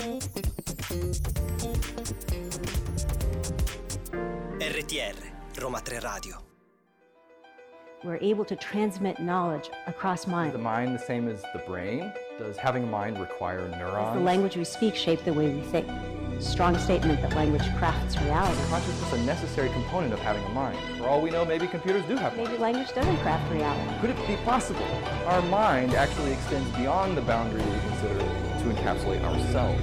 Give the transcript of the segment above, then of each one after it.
RTR, Roma 3 Radio. We're able to transmit knowledge across mind. Is the mind the same as the brain? Does having a mind require neurons? Does the language we speak shape the way we think? Strong statement that language crafts reality. Consciousness is a necessary component of having a mind. For all we know, maybe computers do have Maybe minds. language doesn't craft reality. Could it be possible our mind actually extends beyond the boundary we consider to encapsulate ourselves?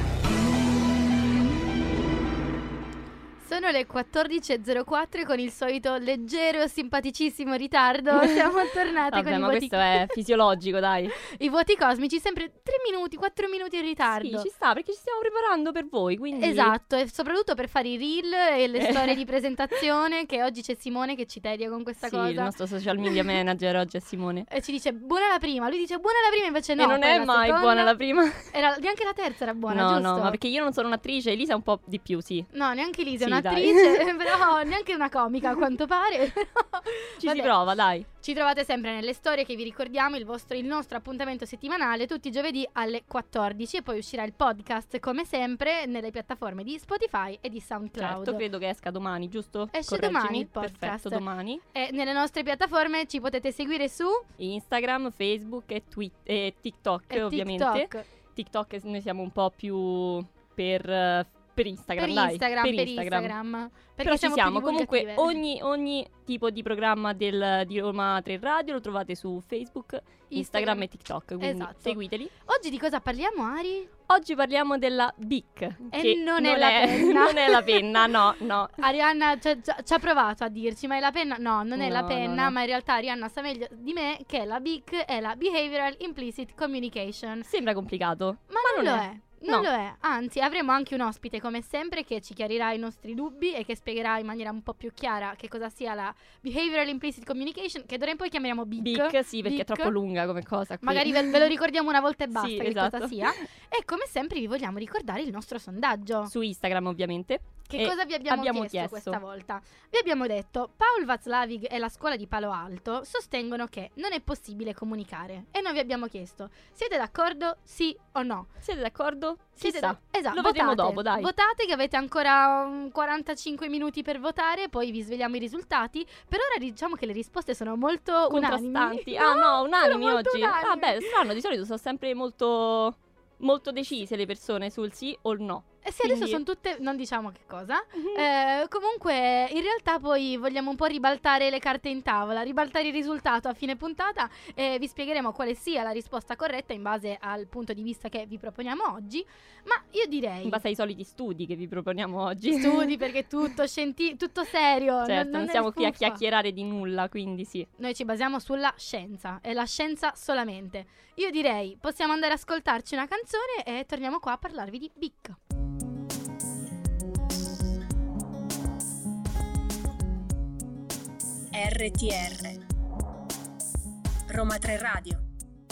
Sono le 14.04 con il solito leggero e simpaticissimo ritardo. Siamo tornate Vabbè, con i ma voti. questo è fisiologico, dai. I voti cosmici, sempre 3 minuti, 4 minuti in ritardo. Sì, ci sta, perché ci stiamo preparando per voi, quindi... Esatto, e soprattutto per fare i reel e le storie di presentazione, che oggi c'è Simone che ci tedia con questa Sì, cosa. il nostro social media manager oggi è Simone. E ci dice buona la prima, lui dice buona la prima, invece no. E non poi è la mai seconda- buona la prima. Neanche la terza era buona, No, giusto? no, ma perché io non sono un'attrice, Elisa è un po' di più, sì. No, neanche Lisa è Sì, un'attrice, però neanche una comica a quanto pare. Però, Ci vabbè. si prova, dai. Ci trovate sempre nelle storie che vi ricordiamo, il nostro appuntamento settimanale tutti i giovedì alle 14 e poi uscirà il podcast come sempre nelle piattaforme di Spotify e di SoundCloud. Certo, credo che esca domani, giusto? Esce Correggimi. domani il podcast. Perfetto, domani. E nelle nostre piattaforme ci potete seguire su Instagram, Facebook e TikTok, e ovviamente. TikTok. TikTok noi siamo un po' più per Instagram, Per dai. Instagram, per Instagram. Perché Però ci più siamo, comunque divulgative. ogni tipo di programma di Roma 3 Radio lo trovate su Facebook, Instagram e TikTok, quindi Esatto. seguiteli. Oggi di cosa parliamo, Ari? Oggi parliamo della BIC. E che non è la penna. Non è la penna, no. Arianna ci ha provato a dirci, ma è la penna? No, non è la No, penna, no. ma in realtà Arianna sa meglio di me che la BIC è la Behavioral Implicit Communication. Sembra complicato. Ma non lo è. Non No. lo è, anzi avremo anche un ospite come sempre che ci chiarirà i nostri dubbi e che spiegherà in maniera un po' più chiara che cosa sia la Behavioral Implicit Communication, che d'ora in poi chiamiamo BIC. BIC, sì, perché BIC. è troppo lunga come cosa qui. Magari ve lo ricordiamo una volta e basta Sì, che esatto. cosa sia. E come sempre vi vogliamo ricordare il nostro sondaggio. Su Instagram, ovviamente. Che E cosa vi abbiamo chiesto chiesto? questa volta? Vi abbiamo detto Paul Václavic e la scuola di Palo Alto sostengono che non è possibile comunicare. E noi vi abbiamo chiesto, siete d'accordo? Sì o no? Siete d'accordo? Siete Chissà. esatto, Lo vedremo votate. dopo, dai. Votate che avete ancora 45 minuti per votare, poi vi svegliamo i risultati. Per ora diciamo che le risposte sono molto Contrastanti. unanimi. Unanimi sono molto oggi. unanimi. Vabbè, strano, di solito sono sempre molto decise le persone sul sì o il no. Sì, adesso Quindi- sono tutte, non diciamo che cosa. Comunque, in realtà poi vogliamo un po' ribaltare le carte in tavola, ribaltare il risultato a fine puntata e vi spiegheremo quale sia la risposta corretta in base al punto di vista che vi proponiamo oggi. Ma io direi In base ai soliti studi che vi proponiamo oggi. studi perché è tutto tutto serio. Certo, non è siamo qui a fuffa. chiacchierare di nulla, quindi sì. Noi ci basiamo sulla scienza e la scienza solamente. Io direi possiamo andare ad ascoltarci una canzone e torniamo qua a parlarvi di BIC. RTR Roma 3 Radio.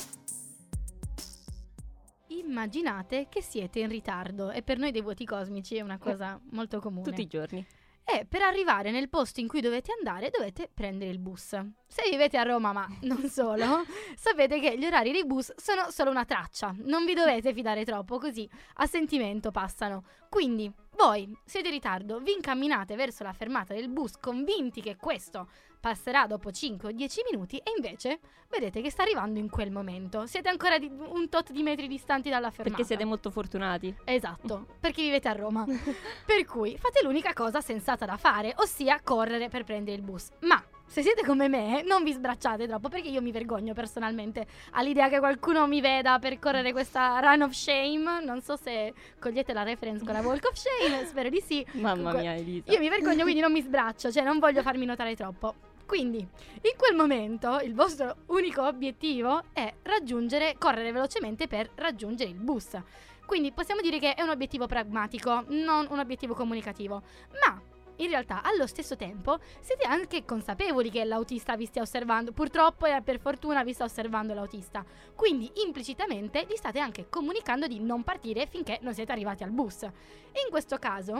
Immaginate che siete in ritardo e per noi dei voti cosmici è una cosa molto comune. Tutti i giorni. E per arrivare nel posto in cui dovete andare dovete prendere il bus. Se vivete a Roma, ma non solo, sapete che gli orari dei bus sono solo una traccia. Non vi dovete fidare troppo, così a sentimento passano. Quindi voi siete in ritardo, vi incamminate verso la fermata del bus convinti che questo passerà dopo 5 o 10 minuti e invece vedete che sta arrivando in quel momento. Siete ancora un tot di metri distanti dalla fermata. Perché siete molto fortunati. Esatto, perché vivete a Roma. Per cui fate l'unica cosa sensata da fare, ossia correre per prendere il bus. Ma se siete come me, non vi sbracciate troppo, perché io mi vergogno personalmente all'idea che qualcuno mi veda percorrere questa run of shame. Non so se cogliete la reference con la walk of shame, spero di sì. Mamma Comunque, mia, Elisa. io mi vergogno, quindi non mi sbraccio, cioè non voglio farmi notare troppo. Quindi, in quel momento, il vostro unico obiettivo è correre velocemente per raggiungere il bus. Quindi possiamo dire che è un obiettivo pragmatico, non un obiettivo comunicativo. Ma in realtà, allo stesso tempo, siete anche consapevoli che l'autista vi stia osservando. Purtroppo e per fortuna vi sta osservando l'autista. Quindi, implicitamente, gli state anche comunicando di non partire finché non siete arrivati al bus. In questo caso,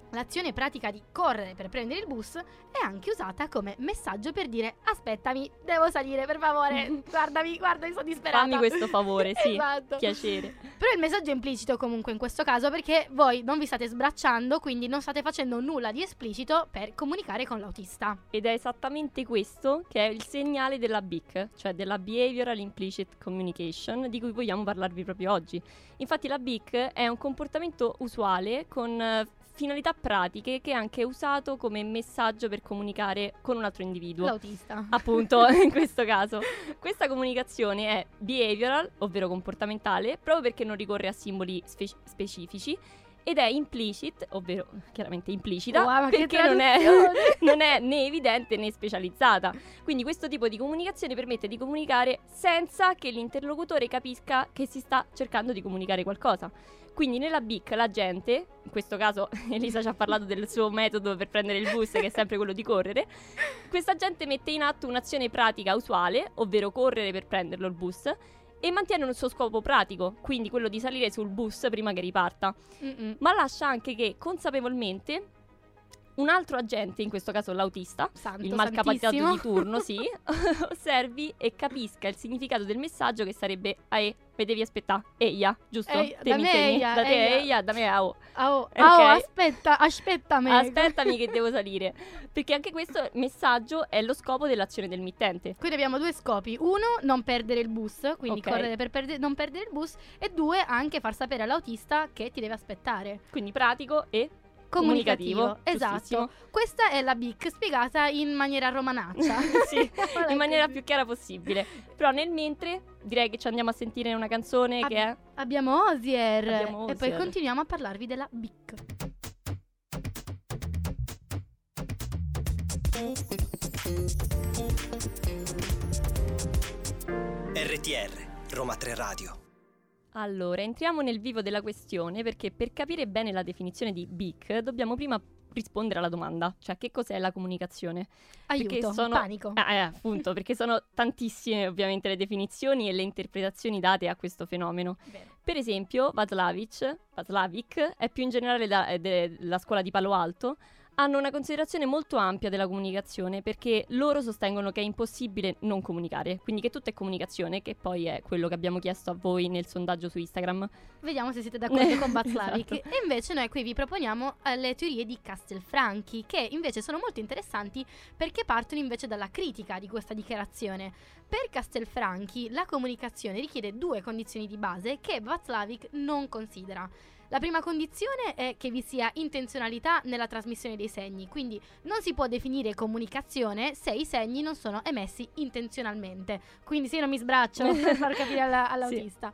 L'azione pratica di correre per prendere il bus è anche usata come messaggio per dire aspettami, devo salire per favore, guardami, sono disperata. Fammi questo favore, sì, Esatto. piacere. Però il messaggio è implicito comunque in questo caso, perché voi non vi state sbracciando, quindi non state facendo nulla di esplicito per comunicare con l'autista. Ed è esattamente questo che è il segnale della BIC, cioè della Behavioral Implicit Communication, di cui vogliamo parlarvi proprio oggi. Infatti la BIC è un comportamento usuale con finalità pratiche che è anche usato come messaggio per comunicare con un altro individuo. L'autista. Appunto, in questo caso. Questa comunicazione è behavioral, ovvero comportamentale, proprio perché non ricorre a simboli specifici, ed è implicit, ovvero chiaramente implicita, Wow, che perché non traduzione! è né evidente né specializzata. Quindi questo tipo di comunicazione permette di comunicare senza che l'interlocutore capisca che si sta cercando di comunicare qualcosa. Quindi nella BIC la gente, in questo caso Elisa ci ha parlato del suo metodo per prendere il bus, che è sempre quello di correre, questa gente mette in atto un'azione pratica usuale, ovvero correre per prenderlo il bus, e mantiene il suo scopo pratico, quindi quello di salire sul bus prima che riparta. Ma lascia anche che consapevolmente un altro agente, in questo caso l'autista, Santo, il malcapacitato santissimo. di turno, sì, osservi e capisca il significato del messaggio, che sarebbe me devi aspettare, eia, giusto? Da me eia, da te eia. eia, da me au. Aspettami. Aspettami che devo salire. Perché anche questo messaggio è lo scopo dell'azione del mittente. Quindi abbiamo due scopi: uno, non perdere il bus, quindi Ok. correre per non perdere il bus, e due, anche far sapere all'autista che ti deve aspettare. Quindi pratico e Comunicativo, giustissimo. esatto. Questa è la BIC spiegata in maniera romanaccia. Sì, Guarda in maniera così. più chiara possibile. Però nel mentre direi che ci andiamo a sentire una canzone che è Abbiamo Osier, Abbiamo e poi Osier. continuiamo a parlarvi della BIC. RTR, Roma 3 Radio. Allora, entriamo nel vivo della questione, perché per capire bene la definizione di BIC dobbiamo prima rispondere alla domanda, cioè che cos'è la comunicazione? Aiuto, panico. Appunto, perché sono tantissime ovviamente le definizioni e le interpretazioni date a questo fenomeno. Vero. Per esempio, Václavic e più in generale della scuola di Palo Alto hanno una considerazione molto ampia della comunicazione, perché loro sostengono che è impossibile non comunicare, quindi che tutto è comunicazione, che poi è quello che abbiamo chiesto a voi nel sondaggio su Instagram. Vediamo se siete d'accordo con Václavic. Esatto. E invece noi qui vi proponiamo le teorie di Castelfranchi, che invece sono molto interessanti perché partono invece dalla critica di questa dichiarazione. Per Castelfranchi la comunicazione richiede due condizioni di base che Václavic non considera. La prima condizione è che vi sia intenzionalità nella trasmissione dei segni, quindi non si può definire comunicazione se i segni non sono emessi intenzionalmente. Quindi se io non mi sbraccio per far capire all'autista.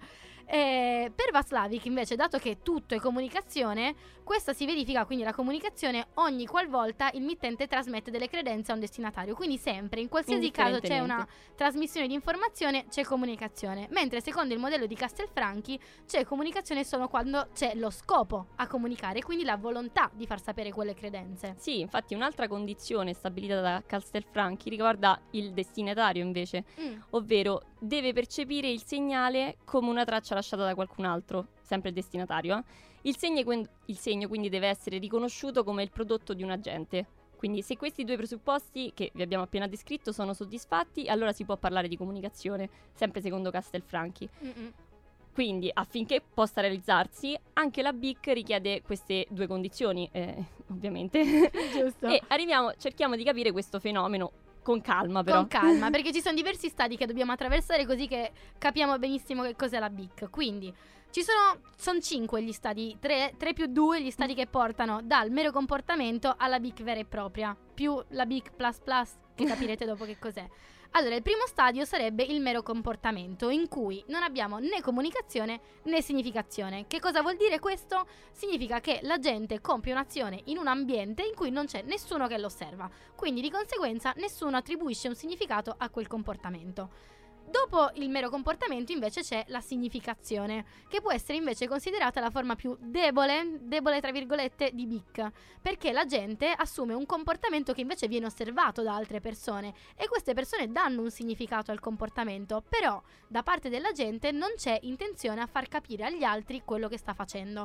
Per Václavic invece, dato che tutto è comunicazione, questa si verifica, quindi la comunicazione, ogni qualvolta il mittente trasmette delle credenze a un destinatario. Quindi sempre, in qualsiasi caso c'è una trasmissione di informazione, c'è comunicazione. Mentre secondo il modello di Castelfranchi c'è comunicazione solo quando c'è lo scopo a comunicare, quindi la volontà di far sapere quelle credenze. Sì, infatti un'altra condizione stabilita da Castelfranchi riguarda il destinatario invece, ovvero deve percepire il segnale come una traccia lasciata da qualcun altro, sempre il destinatario. Il segno quindi deve essere riconosciuto come il prodotto di un agente. Quindi se questi due presupposti che vi abbiamo appena descritto sono soddisfatti, allora si può parlare di comunicazione, sempre secondo Castelfranchi. Quindi affinché possa realizzarsi, anche la BIC richiede queste due condizioni, ovviamente. Giusto. E cerchiamo di capire questo fenomeno con calma, però. Con calma, perché ci sono diversi stadi che dobbiamo attraversare, così che capiamo benissimo che cos'è la BIC. Quindi sono 5 gli stadi, 3 più 2 gli stadi che portano dal mero comportamento alla BIC vera e propria, più la BIC++, che capirete dopo che cos'è. Allora, il primo stadio sarebbe il mero comportamento, in cui non abbiamo né comunicazione né significazione. Che cosa vuol dire questo? Significa che la gente compie un'azione in un ambiente in cui non c'è nessuno che lo osserva, quindi di conseguenza nessuno attribuisce un significato a quel comportamento. Dopo il mero comportamento invece c'è la significazione, che può essere invece considerata la forma più debole tra virgolette, di BIC, perché la gente assume un comportamento che invece viene osservato da altre persone e queste persone danno un significato al comportamento, però da parte della gente non c'è intenzione a far capire agli altri quello che sta facendo.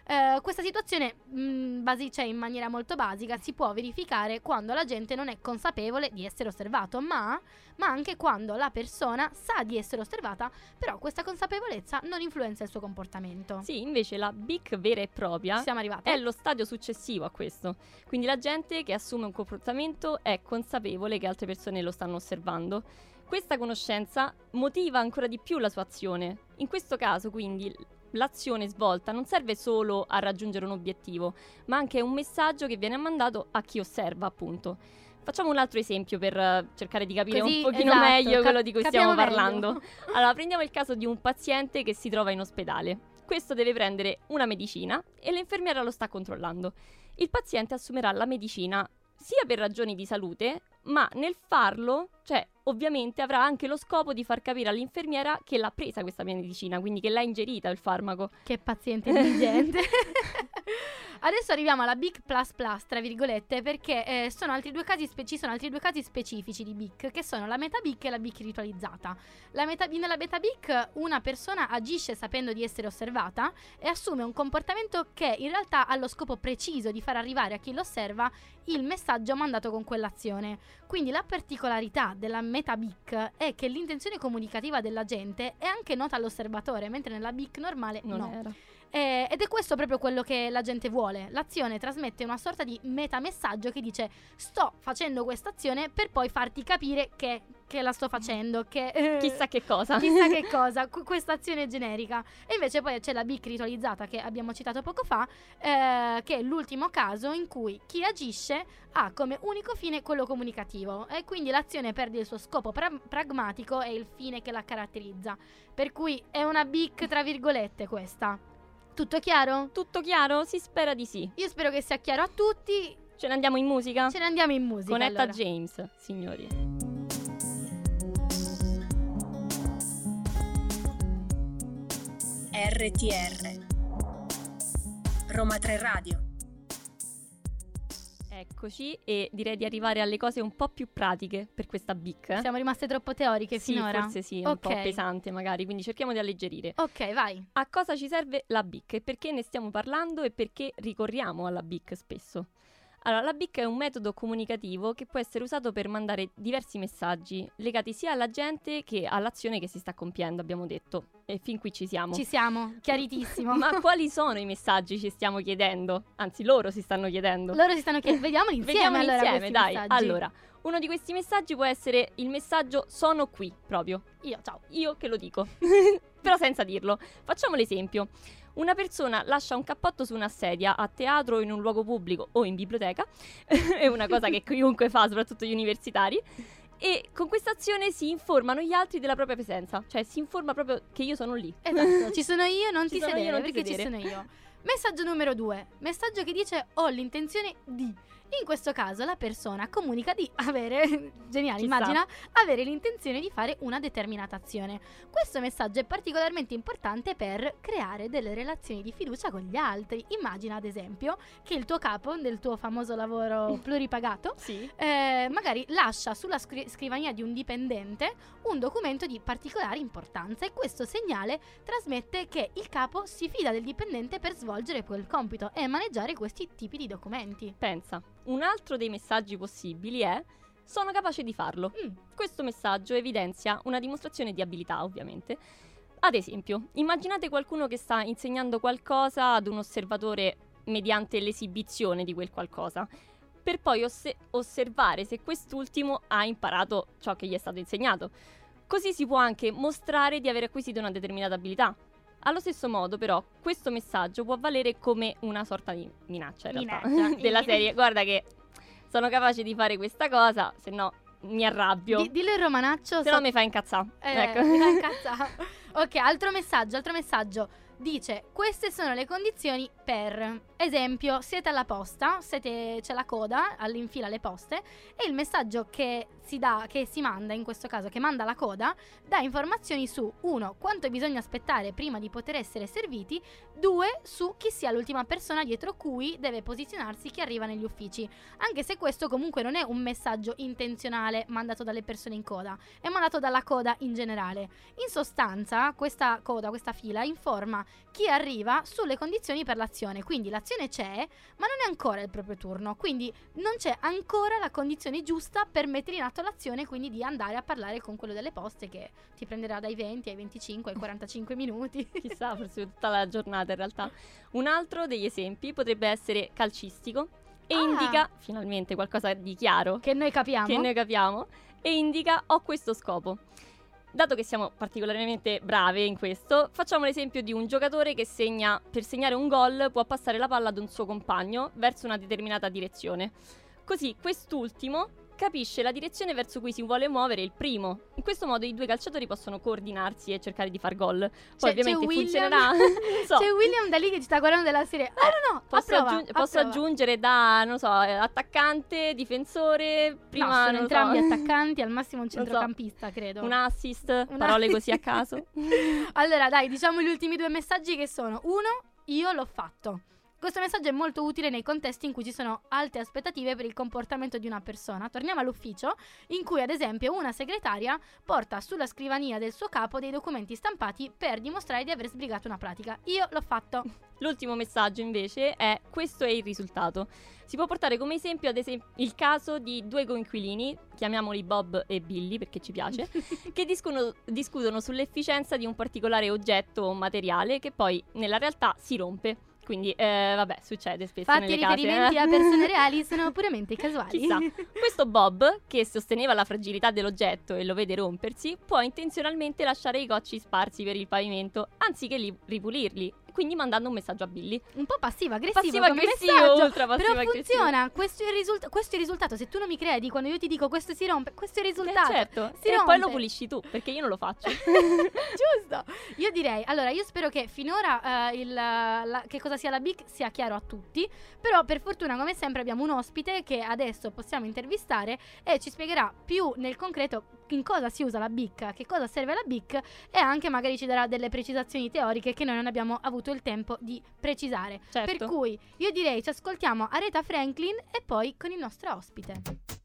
Questa situazione cioè in maniera molto basica si può verificare quando la gente non è consapevole di essere osservato, ma anche quando la persona sa di essere osservata, però questa consapevolezza non influenza il suo comportamento. Sì, invece la BIC vera e propria Siamo arrivati. è lo stadio successivo a questo. Quindi la gente che assume un comportamento è consapevole che altre persone lo stanno osservando. Questa conoscenza motiva ancora di più la sua azione. In questo caso, quindi, l'azione svolta non serve solo a raggiungere un obiettivo, ma anche un messaggio che viene mandato a chi osserva, appunto. Facciamo un altro esempio per cercare di capire Così, un pochino esatto, meglio quello di cui stiamo capiamo parlando. meglio. Allora, prendiamo il caso di un paziente che si trova in ospedale. Questo deve prendere una medicina e l'infermiera lo sta controllando. Il paziente assumerà la medicina sia per ragioni di salute, ma nel farlo, cioè, ovviamente avrà anche lo scopo di far capire all'infermiera che l'ha presa questa medicina, quindi che l'ha ingerita il farmaco. Che paziente intelligente. Adesso arriviamo alla BIC++, tra virgolette, perché ci sono altri due casi specifici di BIC, che sono la metaBIC e la BIC ritualizzata. Nella metaBIC una persona agisce sapendo di essere osservata e assume un comportamento che in realtà ha lo scopo preciso di far arrivare a chi lo osserva il messaggio mandato con quell'azione. Quindi la particolarità della metaBIC è che l'intenzione comunicativa della gente è anche nota all'osservatore, mentre nella BIC normale Non no. era. Ed è questo proprio quello che la gente vuole. L'azione trasmette una sorta di metamessaggio che dice: sto facendo questa azione per poi farti capire che la sto facendo, che Chissà che cosa. chissà che cosa, questa azione generica. E invece poi c'è la BIC ritualizzata che abbiamo citato poco fa, che è l'ultimo caso in cui chi agisce ha come unico fine quello comunicativo e quindi l'azione perde il suo scopo pragmatico e il fine che la caratterizza. Per cui è una BIC tra virgolette questa. Tutto chiaro? Tutto chiaro? Si spera di sì. Io spero che sia chiaro a tutti. Ce ne andiamo in musica? Ce ne andiamo in musica. Con Etta allora. James, signori. RTR Roma 3 Radio. Eccoci, e direi di arrivare alle cose un po' più pratiche per questa BIC. Siamo rimaste troppo teoriche Sì, finora. forse sì, è un po' pesante magari, quindi cerchiamo di alleggerire. Ok, vai. A cosa ci serve la BIC e perché ne stiamo parlando e perché ricorriamo alla BIC spesso? Allora, la BIC è un metodo comunicativo che può essere usato per mandare diversi messaggi legati sia alla gente che all'azione che si sta compiendo, abbiamo detto. E fin qui ci siamo. Ci siamo, chiaritissimo. Ma quali sono i messaggi ci stiamo chiedendo? Anzi, loro si stanno chiedendo. Loro si stanno chiedendo. Vediamoli insieme allora questi dai. messaggi. Allora, uno di questi messaggi può essere il messaggio sono qui, proprio. Io, ciao. Io che lo dico. Però senza dirlo. Facciamo l'esempio. Una persona lascia un cappotto su una sedia a teatro o in un luogo pubblico o in biblioteca. È una cosa che chiunque fa, soprattutto gli universitari. E con questa azione si informano gli altri della propria presenza. Cioè si informa proprio che io sono lì. Esatto, ci sono io, non Ci ti sono sedere, io, non ti perché sedere. ci sono io. Messaggio numero 2. Messaggio che dice: ho l'intenzione di. In questo caso la persona comunica di avere, geniale, Ci immagina, avere l'intenzione di fare una determinata azione. Questo messaggio è particolarmente importante per creare delle relazioni di fiducia con gli altri. Immagina ad esempio che il tuo capo del tuo famoso lavoro pluripagato Sì. magari lascia sulla scrivania di un dipendente un documento di particolare importanza e questo segnale trasmette che il capo si fida del dipendente per svolgere quel compito e maneggiare questi tipi di documenti. Pensa, un altro dei messaggi possibili è sono capace di farlo. Questo messaggio evidenzia una dimostrazione di abilità, ovviamente. Ad esempio, immaginate qualcuno che sta insegnando qualcosa ad un osservatore mediante l'esibizione di quel qualcosa, per poi osservare se quest'ultimo ha imparato ciò che gli è stato insegnato. Così si può anche mostrare di aver acquisito una determinata abilità. Allo stesso modo, però, questo messaggio può valere come una sorta di minaccia, in realtà, della serie. Guarda che sono capace di fare questa cosa, se no mi arrabbio. Dillo in romanaccio. Se no mi fa incazzare. Ecco. Mi fa incazzare. Ok, altro messaggio. Dice: queste sono le condizioni per. Esempio, siete alla posta, c'è la coda in fila alle poste e il messaggio che si manda, in questo caso che manda la coda, dà informazioni su 1. Quanto bisogna aspettare prima di poter essere serviti, 2. Su chi sia l'ultima persona dietro cui deve posizionarsi chi arriva negli uffici. Anche se questo comunque non è un messaggio intenzionale mandato dalle persone in coda, è mandato dalla coda in generale. In sostanza, questa coda, questa fila informa chi arriva sulle condizioni per l'azione. Quindi l'azione c'è, ma non è ancora il proprio turno, quindi non c'è ancora la condizione giusta per mettere in atto l'azione, quindi di andare a parlare con quello delle poste che ti prenderà dai 20 ai 25 ai 45 minuti. Chissà, forse tutta la giornata in realtà. Un altro degli esempi potrebbe essere calcistico e indica finalmente qualcosa di chiaro Che noi capiamo. E indica ho questo scopo. Dato che siamo particolarmente brave in questo, facciamo l'esempio di un giocatore che per segnare un gol può passare la palla ad un suo compagno verso una determinata direzione. Così quest'ultimo capisce la direzione verso cui si vuole muovere il primo. In questo modo i due calciatori possono coordinarsi e cercare di far gol. Poi ovviamente funzionerà. C'è William da lì che ci sta guardando della serie. No, posso aggiungere da, non so, attaccante, difensore, prima sono entrambi attaccanti, al massimo un centrocampista, credo. Un assist, parole così a caso. Allora, dai, diciamo gli ultimi 2 messaggi che sono: 1, io l'ho fatto. Questo messaggio è molto utile nei contesti in cui ci sono alte aspettative per il comportamento di una persona. Torniamo all'ufficio, in cui ad esempio una segretaria porta sulla scrivania del suo capo dei documenti stampati per dimostrare di aver sbrigato una pratica. Io l'ho fatto. L'ultimo messaggio invece è: questo è il risultato. Si può portare come esempio il caso di 2 coinquilini, chiamiamoli Bob e Billy perché ci piace, che discutono sull'efficienza di un particolare oggetto o materiale che poi nella realtà si rompe. Quindi, vabbè, succede spesso nelle case. Riferimenti a persone reali sono puramente casuali. Chissà. Questo Bob, che sosteneva la fragilità dell'oggetto e lo vede rompersi, può intenzionalmente lasciare i cocci sparsi per il pavimento, anziché ripulirli, quindi mandando un messaggio a Billy. Un po' passivo-aggressivo come messaggio, ultra passivo-aggressivo. Però funziona, questo è il risultato. Se tu non mi credi, quando io ti dico questo si rompe, questo è il risultato. Certo, si rompe. Poi lo pulisci tu, perché io non lo faccio. Giusto. Io direi, allora, io spero che finora che cosa sia la BIC sia chiaro a tutti, però per fortuna come sempre abbiamo un ospite che adesso possiamo intervistare e ci spiegherà più nel concreto in cosa si usa la BIC, che cosa serve la BIC, e anche magari ci darà delle precisazioni teoriche che noi non abbiamo avuto il tempo di precisare. Certo. Per cui io direi ci ascoltiamo Aretha Franklin e poi con il nostro ospite.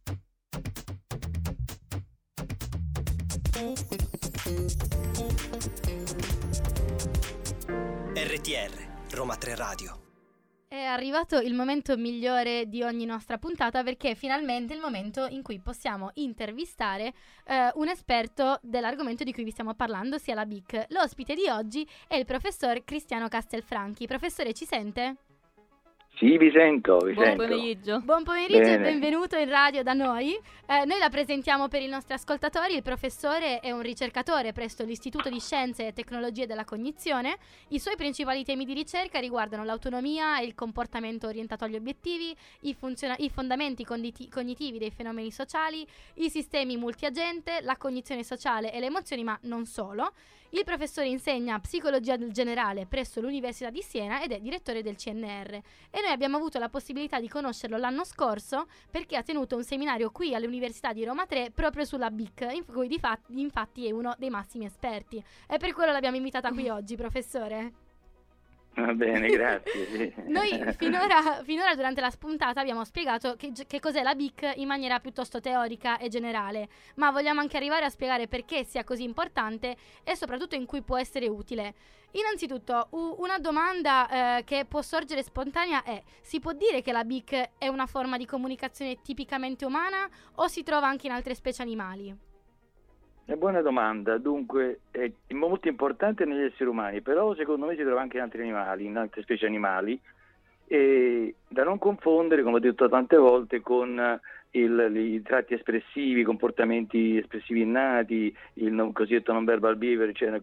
RTR Roma 3 Radio. È arrivato il momento migliore di ogni nostra puntata, perché è finalmente il momento in cui possiamo intervistare un esperto dell'argomento di cui vi stiamo parlando, sia la BIC. L'ospite di oggi è il professor Cristiano Castelfranchi. Professore, ci sente? Sì, vi sento. Buon pomeriggio. Buon pomeriggio. Bene. E benvenuto in radio da noi. Noi la presentiamo per i nostri ascoltatori. Il professore è un ricercatore presso l'Istituto di Scienze e Tecnologie della Cognizione. I suoi principali temi di ricerca riguardano l'autonomia e il comportamento orientato agli obiettivi, i fondamenti cognitivi dei fenomeni sociali, i sistemi multiagente, la cognizione sociale e le emozioni, ma non solo. Il professore insegna psicologia generale presso l'Università di Siena ed è direttore del CNR. E noi abbiamo avuto la possibilità di conoscerlo l'anno scorso perché ha tenuto un seminario qui all'Università di Roma 3 proprio sulla BIC, in cui infatti è uno dei massimi esperti. E per quello l'abbiamo invitata qui oggi, professore. Va bene, grazie. Noi finora durante la spuntata abbiamo spiegato che cos'è la BIC in maniera piuttosto teorica e generale, ma vogliamo anche arrivare a spiegare perché sia così importante e soprattutto in cui può essere utile. Innanzitutto, una domanda che può sorgere spontanea è: si può dire che la BIC è una forma di comunicazione tipicamente umana o si trova anche in altre specie animali? È buona domanda. Dunque, è molto importante negli esseri umani, però secondo me si trova anche in altri animali, in altre specie animali, e da non confondere, come ho detto tante volte, con i tratti espressivi, i comportamenti espressivi innati, il cosiddetto non verbal behavior, cioè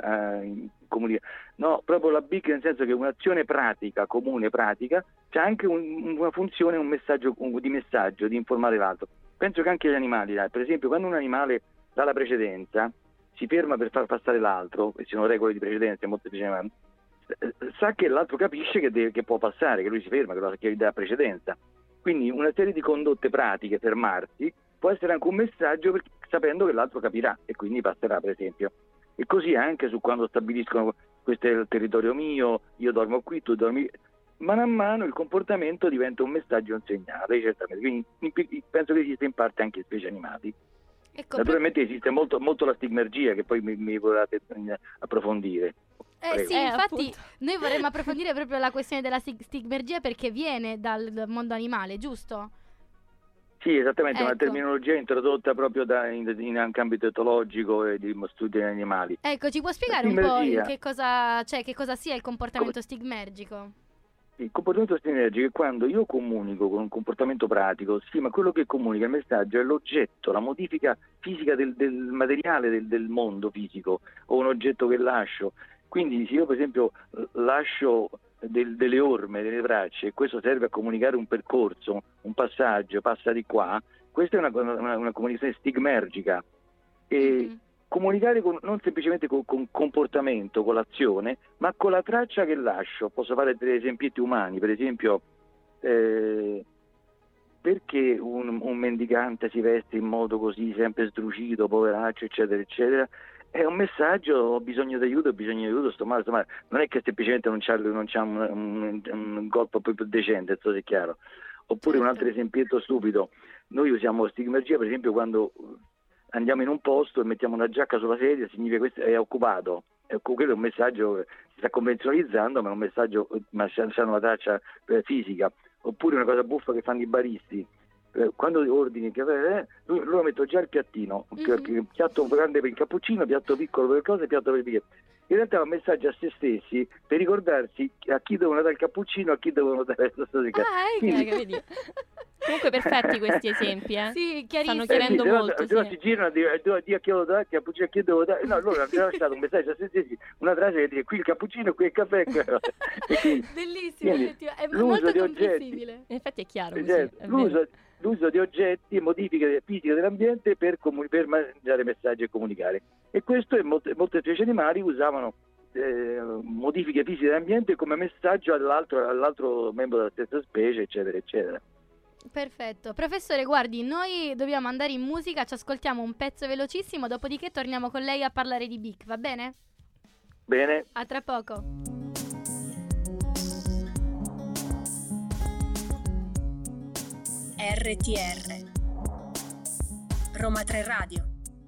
no, proprio la BIC, nel senso che un'azione pratica, comune pratica, c'è anche una funzione, un messaggio, di informare l'altro. Penso che anche gli animali, per esempio, quando un animale dà la precedenza, si ferma per far passare l'altro, e ci sono regole di precedenza, molto semplicemente, sa che l'altro capisce che può passare, che lui si ferma, che gli dà precedenza. Quindi una serie di condotte pratiche, fermarsi, può essere anche un messaggio sapendo che l'altro capirà e quindi passerà, per esempio. E così anche su quando stabiliscono questo è il territorio mio, io dormo qui, tu dormi. Mano a mano il comportamento diventa un messaggio, un segnale, certamente. Quindi penso che esista in parte anche in specie animali. Ecco, naturalmente esiste molto la stigmergia, che poi mi volete approfondire. Prego. Sì, infatti appunto. noi vorremmo approfondire proprio la questione della stigmergia perché viene dal mondo animale, giusto? Sì, esattamente, una Ecco. terminologia introdotta proprio in anche ambito etologico e di studi degli animali. Ecco, ci può spiegare un po' Stigmergia. che cosa sia il comportamento stigmergico? Il comportamento stigmergico è quando io comunico con un comportamento pratico, sì, ma quello che comunica il messaggio è l'oggetto, la modifica fisica del materiale del mondo fisico o un oggetto che lascio. Quindi se io per esempio lascio delle orme, delle tracce, e questo serve a comunicare un percorso, un passaggio, passa di qua, questa è una comunicazione stigmergica. E comunicare non semplicemente con comportamento, con l'azione, ma con la traccia che lascio. Posso fare degli esempietti umani, per esempio perché un mendicante si veste in modo così sempre sdrucito, poveraccio, eccetera, eccetera. È un messaggio: ho bisogno di aiuto, sto male. Non è che semplicemente non c'ha un corpo più decente, questo è chiaro. Oppure un altro esempietto stupido: noi usiamo stigmergia per esempio quando andiamo in un posto e mettiamo una giacca sulla sedia, significa questo è occupato. Quello è un messaggio, si sta convenzionalizzando, ma è un messaggio, ma c'è una traccia fisica. Oppure una cosa buffa che fanno i baristi: quando ordini il caffè, loro mettono già il piattino, piatto grande per il cappuccino, piatto piccolo per le cose, piatto per il biglietto. In realtà è un messaggio a se stessi per ricordarsi a chi devono dare il cappuccino, a chi devono dare la storia. Vedi? Comunque perfetti questi esempi, Sì, stanno chiarissimo. chiarendo molto. Se no si girano a chi devo dare il cappuccino, a chi devo dare. No, loro hanno lasciato un messaggio a se stessi, una frase che dice: qui il cappuccino, qui il caffè. Bellissimo, quindi, è l'uso molto di comprensibile. In effetti è chiaro così, è vero. L'uso di oggetti e modifiche fisiche dell'ambiente per mangiare messaggi e comunicare. E questo molte specie animali usavano modifiche fisiche dell'ambiente come messaggio all'altro membro della stessa specie, eccetera, eccetera. Perfetto. Professore, guardi, noi dobbiamo andare in musica, ci ascoltiamo un pezzo velocissimo, dopodiché torniamo con lei a parlare di BIC, va bene? Bene. A tra poco. RTR Roma 3 Radio.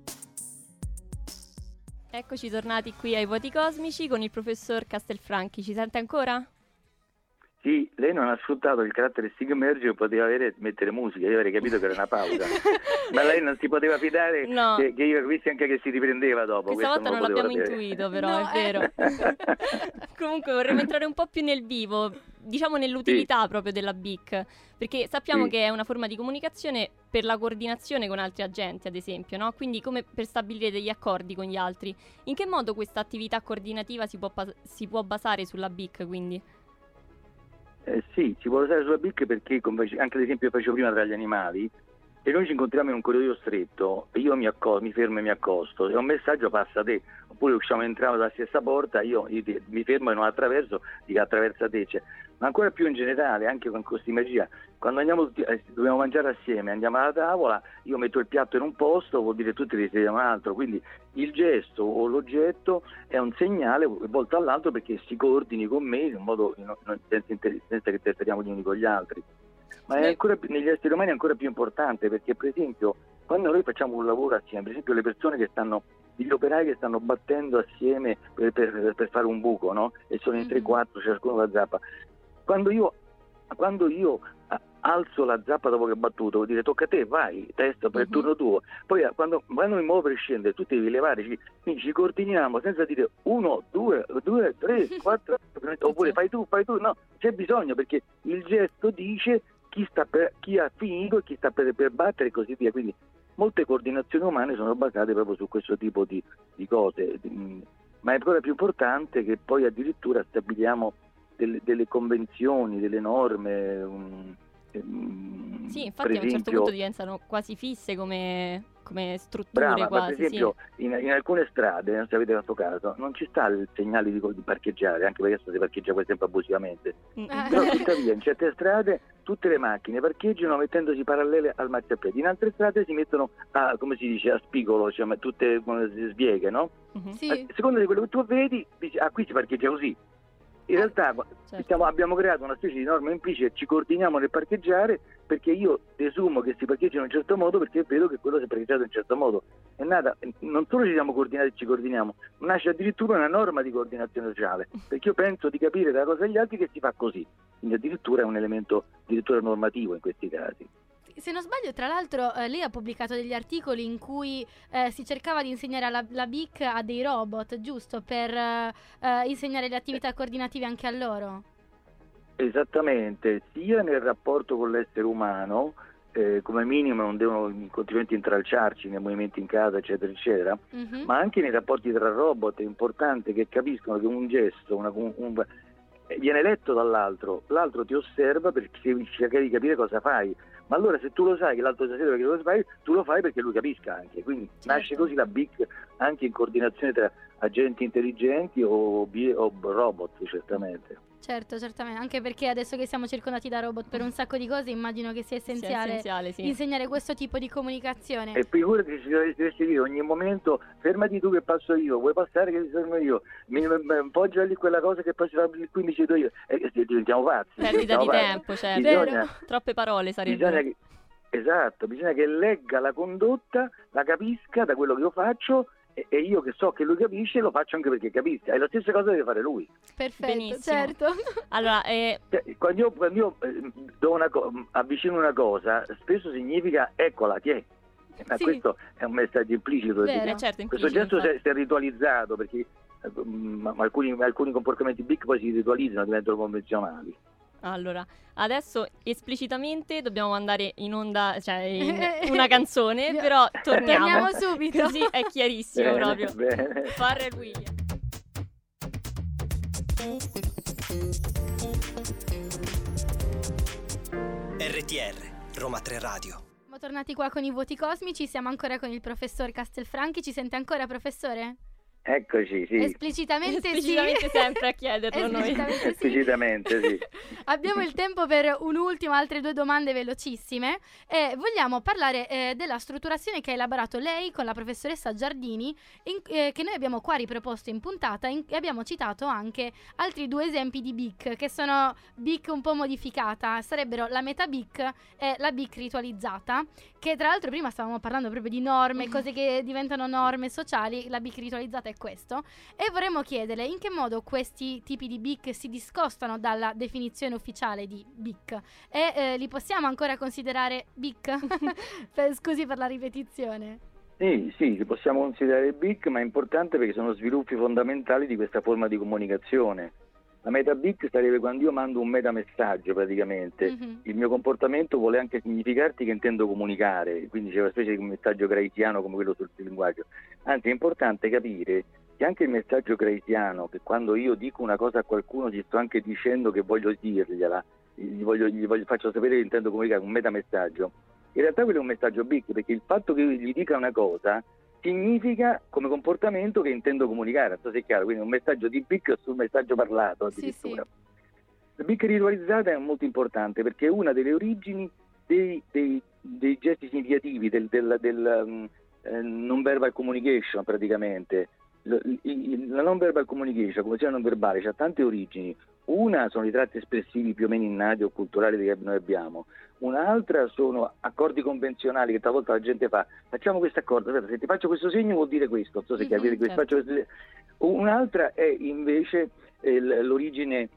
Eccoci tornati qui ai Vuoti Cosmici con il professor Castelfranchi. Ci sente ancora? Sì, lei non ha sfruttato il carattere stigmergico che poteva avere e mettere musica. Io avrei capito che era una pausa. Ma lei non si poteva fidare che io capissi anche che si riprendeva dopo. Questa volta non l'abbiamo intuito, però, è vero. Comunque vorremmo entrare un po' più nel vivo, diciamo nell'utilità proprio della BIC, perché sappiamo che è una forma di comunicazione per la coordinazione con altri agenti, ad esempio, no? Quindi come per stabilire degli accordi con gli altri. In che modo questa attività coordinativa si può basare sulla BIC, quindi? Sì, si può usare sulla BIC perché, anche l'esempio che facevo prima tra gli animali, se noi ci incontriamo in un corridoio stretto e io mi fermo e mi accosto, e un messaggio passa a te, oppure entriamo dalla stessa porta, io mi fermo e non attraverso, dico attraversa te. Ma ancora più in generale, anche con stigmergia, quando dobbiamo mangiare assieme, andiamo alla tavola, io metto il piatto in un posto, vuol dire tutti li sediamo in un altro, quindi il gesto o l'oggetto è un segnale volto all'altro perché si coordini con me in un modo senza che interferiamo gli uni con gli altri. Ma è negli esseri umani è ancora più importante, perché per esempio quando noi facciamo un lavoro assieme, per esempio le persone gli operai che stanno battendo assieme per fare un buco, no? E sono in 3-4, ciascuno la zappa. Quando io alzo la zappa dopo che ho battuto, vuol dire tocca a te, vai, testa per il turno tuo. Poi quando mi muovo per scendere, tu devi levare, quindi ci coordiniamo senza dire 1, 2, 3, 4, oppure fai tu, no, c'è bisogno, perché il gesto dice chi ha finito e chi sta per battere e così via. Quindi molte coordinazioni umane sono basate proprio su questo tipo di cose, ma è ancora più importante che poi addirittura stabiliamo delle convenzioni, delle norme. Sì, infatti a un certo punto diventano quasi fisse come strutture. Brava, quasi. Per esempio in alcune strade, se avete fatto caso, non ci sta il segnale di parcheggiare, anche perché adesso si parcheggia per esempio abusivamente. Però tuttavia in certe strade tutte le macchine parcheggiano mettendosi parallele al marciapiede, in altre strade si mettono a spigolo, cioè tutte sbieghe, no? Sì. A seconda di quello che tu vedi, dici, qui si parcheggia così. in realtà certo. abbiamo creato una specie di norma implicita, ci coordiniamo nel parcheggiare perché io desumo che si parcheggia in un certo modo perché vedo che quello si è parcheggiato in un certo modo. È nata, non solo ci siamo coordinati e ci coordiniamo, nasce addirittura una norma di coordinazione sociale, perché io penso di capire dalla cosa degli altri che si fa così, quindi addirittura è un elemento addirittura normativo in questi casi. Se non sbaglio, tra l'altro, lei ha pubblicato degli articoli in cui si cercava di insegnare la BIC a dei robot, giusto? Per insegnare le attività coordinative anche a loro. Esattamente, sia nel rapporto con l'essere umano, come minimo non devono continuamente intralciarci nei movimenti in casa, eccetera, eccetera, ma anche nei rapporti tra robot è importante che capiscono che un gesto, viene letto dall'altro, l'altro ti osserva per cercare di capire cosa fai, ma allora se tu lo sai che l'altro ti osserva perché lo fai, tu lo fai perché lui capisca anche, quindi nasce così la BIC anche in coordinazione tra agenti intelligenti o robot, certamente. Certo, certamente, anche perché adesso che siamo circondati da robot per un sacco di cose, immagino che sia essenziale sì. insegnare questo tipo di comunicazione. E figurati se si dovesse dire ogni momento fermati tu che passo io, vuoi passare che ti fermo io, poggia lì quella cosa che poi si fa qui mi cedo io, diventiamo pazzi. Perdita di tempo, certo. Troppe parole sarebbero. Bisogna che legga la condotta, la capisca da quello che io faccio e io che so che lui capisce lo faccio anche perché capisca, e la stessa cosa deve fare lui. Perfetto, benissimo. certo. Allora, quando io avvicino una cosa, spesso significa eccola, chi è? Ma Sì. questo è un messaggio implicito. Vero. certo, Questo implicito, gesto infatti. si è ritualizzato perché alcuni comportamenti BIC poi si ritualizzano, diventano convenzionali. Allora, adesso esplicitamente dobbiamo andare in onda, cioè in una canzone, però torniamo subito. Così è chiarissimo proprio. Bene. Pharrell Williams. RTR, Roma 3 Radio. Siamo tornati qua con i voti cosmici, siamo ancora con il professor Castelfranchi, ci sente ancora, professore? Eccoci, sì. Esplicitamente Esplicitamente sempre a chiederlo noi. Esplicitamente sì. Abbiamo il tempo per altre 2 domande velocissime e vogliamo parlare della strutturazione che ha elaborato lei con la professoressa Giardini che noi abbiamo qua riproposto in puntata e abbiamo citato anche altri 2 esempi di BIC che sono BIC un po' modificata, sarebbero la meta BIC e la BIC ritualizzata, che tra l'altro prima stavamo parlando proprio di norme, cose che diventano norme sociali, la BIC ritualizzata è questo, e vorremmo chiederle in che modo questi tipi di BIC si discostano dalla definizione ufficiale di BIC e li possiamo ancora considerare BIC? Scusi per la ripetizione. Sì, li possiamo considerare BIC, ma è importante perché sono sviluppi fondamentali di questa forma di comunicazione. La meta BIC sarebbe quando io mando un metamessaggio praticamente, il mio comportamento vuole anche significarti che intendo comunicare, quindi c'è una specie di messaggio graisiano come quello sul linguaggio. Anzi è importante capire che anche il messaggio graisiano, che quando io dico una cosa a qualcuno ci sto anche dicendo che voglio dirgliela, faccio sapere che intendo comunicare un metamessaggio, in realtà quello è un messaggio BIC, perché il fatto che io gli dica una cosa significa come comportamento che intendo comunicare, non so se è chiaro, quindi un messaggio di BIC sul messaggio parlato addirittura. Sì. La BIC ritualizzata è molto importante perché è una delle origini dei gesti significativi del non verbal communication praticamente. La non verbal communication, come sia non verbale, ha tante origini. Una sono i tratti espressivi più o meno innati o culturali che noi abbiamo, un'altra sono accordi convenzionali che talvolta la gente fa, facciamo questo accordo, se ti faccio questo segno vuol dire questo, non so se capite questo. Certo. Un'altra è invece l'origine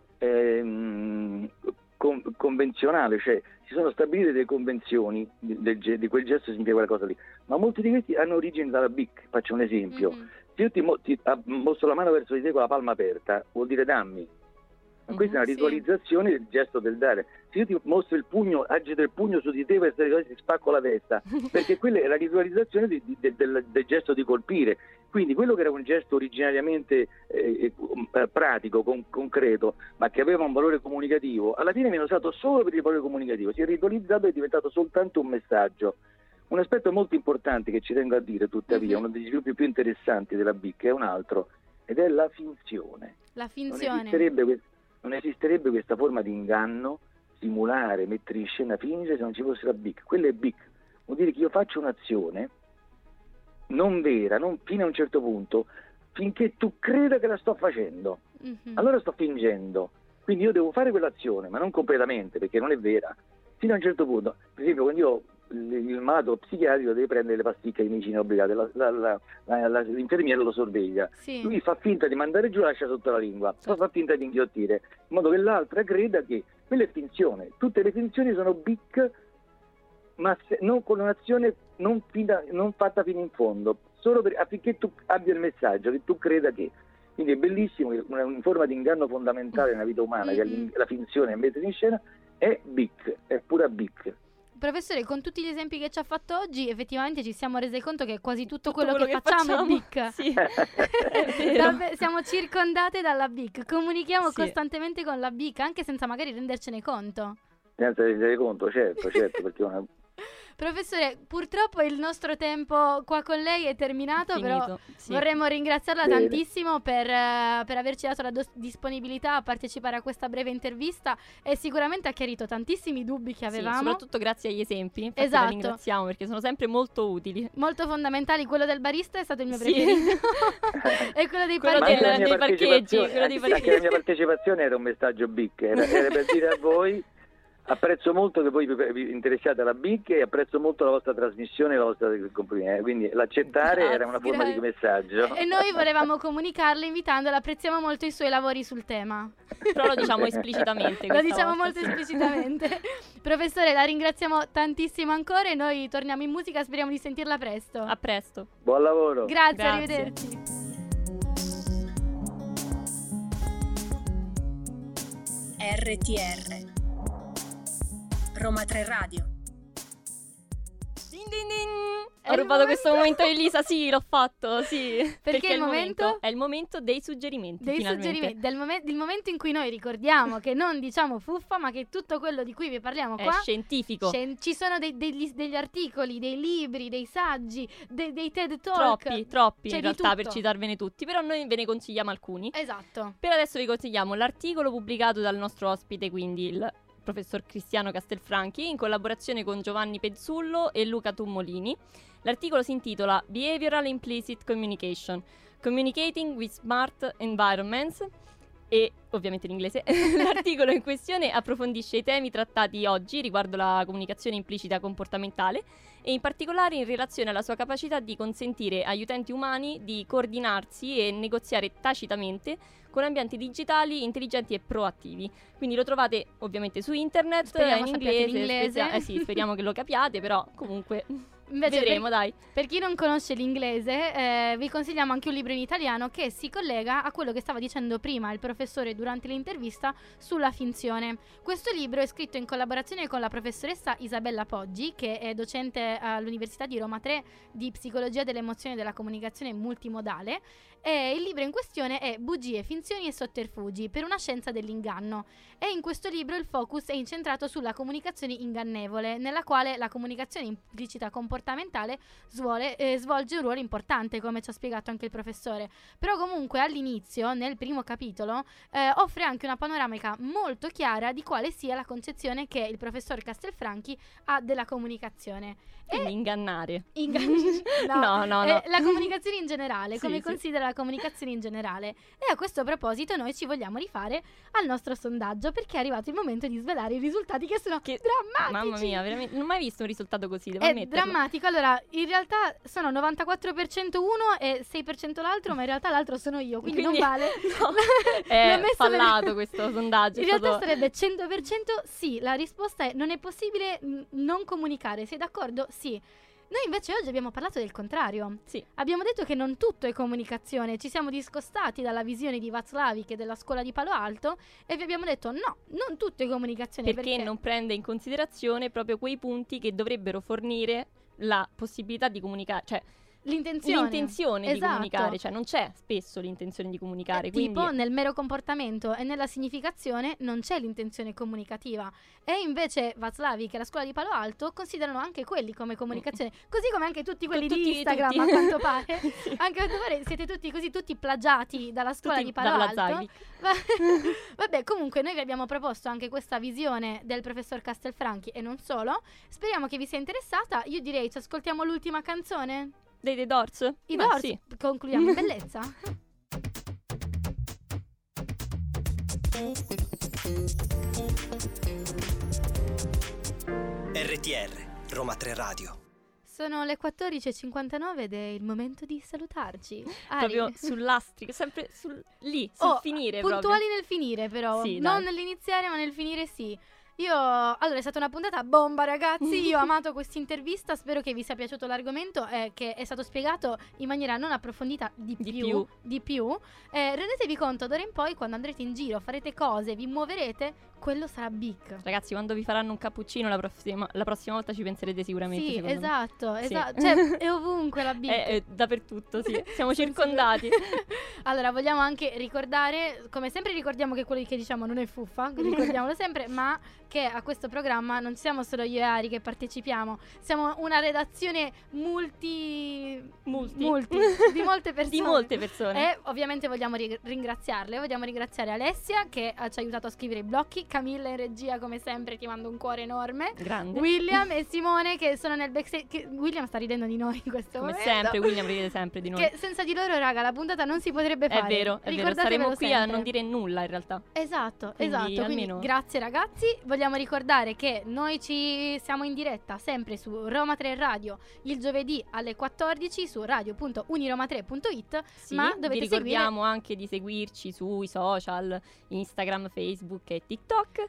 convenzionale, cioè si sono stabilite delle convenzioni di quel gesto significa quella cosa lì, ma molti di questi hanno origine dalla BIC. Faccio un esempio: se io ti mostro la mano verso di te con la palma aperta vuol dire dammi. Questa è una ritualizzazione del gesto del dare. Se io ti mostro il pugno, agito il pugno su di te per ti spacco la testa, perché quella è la ritualizzazione del gesto di colpire. Quindi quello che era un gesto originariamente pratico, concreto, ma che aveva un valore comunicativo, alla fine viene usato solo per il valore comunicativo, si è ritualizzato e è diventato soltanto un messaggio. Un aspetto molto importante che ci tengo a dire, tuttavia, uno degli sviluppi più interessanti della BIC è un altro, ed è la finzione. La finzione. Non esisterebbe questa forma di inganno, simulare, mettere in scena, fingere se non ci fosse la BIC. Quella è BIC. Vuol dire che io faccio un'azione non vera, fino a un certo punto, finché tu creda che la sto facendo. Allora sto fingendo. Quindi io devo fare quell'azione, ma non completamente, perché non è vera, fino a un certo punto. Per esempio, quando io il malato psichiatrico deve prendere le pasticche di medicina obbligate, l'infermiera lo sorveglia. Sì. Lui fa finta di mandare giù, lascia sotto la lingua, poi fa finta di inghiottire, in modo che l'altra creda che quella è finzione. Tutte le finzioni sono BIC, ma non con un'azione non fatta fino in fondo, solo affinché tu abbia il messaggio, che tu creda che. Quindi è bellissimo che una forma di inganno fondamentale nella vita umana, che è la finzione messa in scena, è BIC, è pura BIC. Professore, con tutti gli esempi che ci ha fatto oggi, effettivamente ci siamo resi conto che quasi tutto quello che facciamo è BIC. Sì. Siamo circondate dalla BIC, comunichiamo costantemente con la BIC, anche senza magari rendercene conto. Senza rendere conto, certo, perché una... Professore, purtroppo il nostro tempo qua con lei è terminato, però sì. vorremmo ringraziarla tantissimo per averci dato la disponibilità a partecipare a questa breve intervista e sicuramente ha chiarito tantissimi dubbi che avevamo. Sì, soprattutto grazie agli esempi, infatti esatto. La ringraziamo perché sono sempre molto utili. Molto fondamentali, quello del barista è stato il mio preferito e quello dei parcheggi. Anche la mia partecipazione era un messaggio BIC, era per dire a voi: apprezzo molto che voi vi interessiate alla BIC e apprezzo molto la vostra trasmissione e la vostra compagnia, quindi l'accettare era una forma di messaggio. E noi volevamo comunicarle invitandola, apprezziamo molto i suoi lavori sul tema. Però lo diciamo esplicitamente. Lo diciamo molto esplicitamente. Professore, la ringraziamo tantissimo ancora e noi torniamo in musica, speriamo di sentirla presto. A presto. Buon lavoro. Grazie. Arrivederci. RTR Roma 3 Radio. Din din din. Ho rubato questo momento di Elisa, sì, l'ho fatto, sì. Perché è il momento dei suggerimenti, il momento in cui noi ricordiamo che non diciamo fuffa, ma che tutto quello di cui vi parliamo qua è scientifico. Ci sono degli articoli, dei libri, dei saggi, dei TED Talk. Troppi C'è in di realtà tutto. per citarvene tutti, però noi ve ne consigliamo alcuni. Esatto. Per adesso vi consigliamo l'articolo pubblicato dal nostro ospite, quindi il professor Cristiano Castelfranchi, in collaborazione con Giovanni Pezzullo e Luca Tummolini. L'articolo si intitola Behavioral Implicit Communication, Communicating with Smart Environments, e ovviamente in inglese. L'articolo in questione approfondisce i temi trattati oggi riguardo la comunicazione implicita comportamentale e in particolare in relazione alla sua capacità di consentire agli utenti umani di coordinarsi e negoziare tacitamente con ambienti digitali intelligenti e proattivi. Quindi lo trovate ovviamente su internet, speriamo in inglese. sì, speriamo che lo capiate, però comunque invece vedremo, dai. Per chi non conosce l'inglese, vi consigliamo anche un libro in italiano che si collega a quello che stava dicendo prima il professore durante l'intervista sulla finzione. Questo libro è scritto in collaborazione con la professoressa Isabella Poggi, che è docente all'Università di Roma 3 di Psicologia dell'emozione e della comunicazione multimodale, e il libro in questione è Bugie, finzioni e sotterfugi per una scienza dell'inganno. E in questo libro il focus è incentrato sulla comunicazione ingannevole, nella quale la comunicazione implicita comportamentale svolge un ruolo importante, come ci ha spiegato anche il professore. Però comunque all'inizio, nel primo capitolo, offre anche una panoramica molto chiara di quale sia la concezione che il professor Castelfranchi ha della comunicazione. Quindi ingannare. No. No. La comunicazione in generale, come Sì. considera la comunicazione in generale. E a questo proposito noi ci vogliamo rifare al nostro sondaggio, perché è arrivato il momento di svelare i risultati che sono drammatici. Mamma mia, veramente, non ho mai visto un risultato così, devo È ammetterlo. drammatico. Allora, in realtà sono 94% uno e 6% l'altro, ma in realtà l'altro sono io, quindi non vale. No, L'ho è messo fallato questo sondaggio. In realtà sarebbe 100% sì. La risposta è: non è possibile non comunicare. Sei d'accordo? Sì. Noi invece oggi abbiamo parlato del contrario. Sì. Abbiamo detto che non tutto è comunicazione, ci siamo discostati dalla visione di Václavic e della scuola di Palo Alto e vi abbiamo detto no, non tutto è comunicazione. Perché non prende in considerazione proprio quei punti che dovrebbero fornire la possibilità di comunicare, cioè l'intenzione di comunicare, cioè non c'è spesso l'intenzione di comunicare. Tipo nel mero comportamento e nella significazione non c'è l'intenzione comunicativa, e invece Václavic e la scuola di Palo Alto considerano anche quelli come comunicazione, così come anche tutti quelli di Instagram, a quanto pare. Sì. Anche a quanto pare siete tutti plagiati dalla scuola di Palo Alto. Vabbè, comunque noi vi abbiamo proposto anche questa visione del professor Castelfranchi e non solo. Speriamo che vi sia interessata. Io direi ci ascoltiamo l'ultima canzone. Dei The Doors? I Doors, sì. concludiamo in bellezza. RTR, Roma 3 Radio. Sono le 14.59 ed è il momento di salutarci. Ari. Proprio sull'astrico, sempre lì, sul finire puntuali proprio. nel finire però, Sì, non dai. nell'iniziare ma nel finire sì. Allora è stata una puntata bomba ragazzi, io ho amato questa intervista, spero che vi sia piaciuto l'argomento che è stato spiegato in maniera non approfondita di più. Rendetevi conto d'ora in poi quando andrete in giro, farete cose, vi muoverete, quello sarà big. Ragazzi, quando vi faranno un cappuccino la prossima volta ci penserete sicuramente. Sì, secondo me. esatto, Sì. cioè è ovunque la big. È dappertutto, sì. Siamo circondati. Allora, vogliamo anche ricordare, come sempre ricordiamo che quello che diciamo non è fuffa, ricordiamolo sempre, ma che a questo programma non siamo solo io e Ari che partecipiamo, siamo una redazione multi di molte persone. Di molte persone. E ovviamente vogliamo ringraziarle, vogliamo ringraziare Alessia che ci ha aiutato a scrivere i blocchi, Camilla in regia come sempre ti mando un cuore enorme, Grande. William e Simone che sono nel backstage, William sta ridendo di noi in questo Come momento. sempre, William ride sempre di noi. Che senza di loro, raga, la puntata non si potrebbe fare. È vero, staremo qui a non dire nulla in realtà. Esatto, Quindi, Quindi almeno... grazie ragazzi. Vogliamo ricordare che noi siamo in diretta sempre su Roma 3 Radio il giovedì alle 14 su radio.uniroma3.it. Sì, ma dovete vi ricordiamo anche di seguirci sui social, Instagram, Facebook e TikTok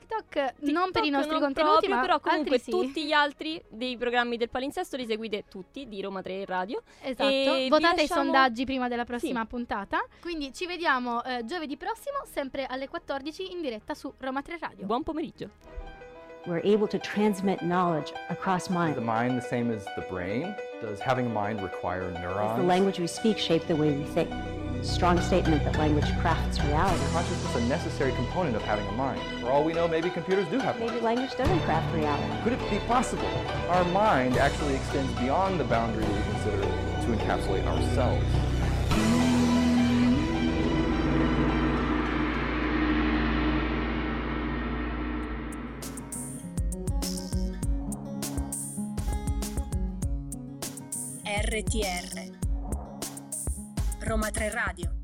non per i nostri non contenuti, proprio, ma però comunque altri sì. tutti gli altri dei programmi del palinsesto li seguite tutti di Roma 3 Radio. Esatto, E votate vi i sondaggi prima della prossima Sì. puntata. Quindi ci vediamo giovedì prossimo sempre alle 14 in diretta su Roma 3 Radio. Buon pomeriggio. We're able to transmit knowledge across Is the mind. mind the same as the brain? Does having a mind require Does the neurons? language we speak shape the way we think? Strong statement that language crafts reality. Consciousness is a necessary component of having a mind. For all we know, maybe computers do have one. Maybe language doesn't craft reality. Could it be possible? Our mind actually extends beyond the boundary we consider to encapsulate ourselves. RTR Roma 3 Radio.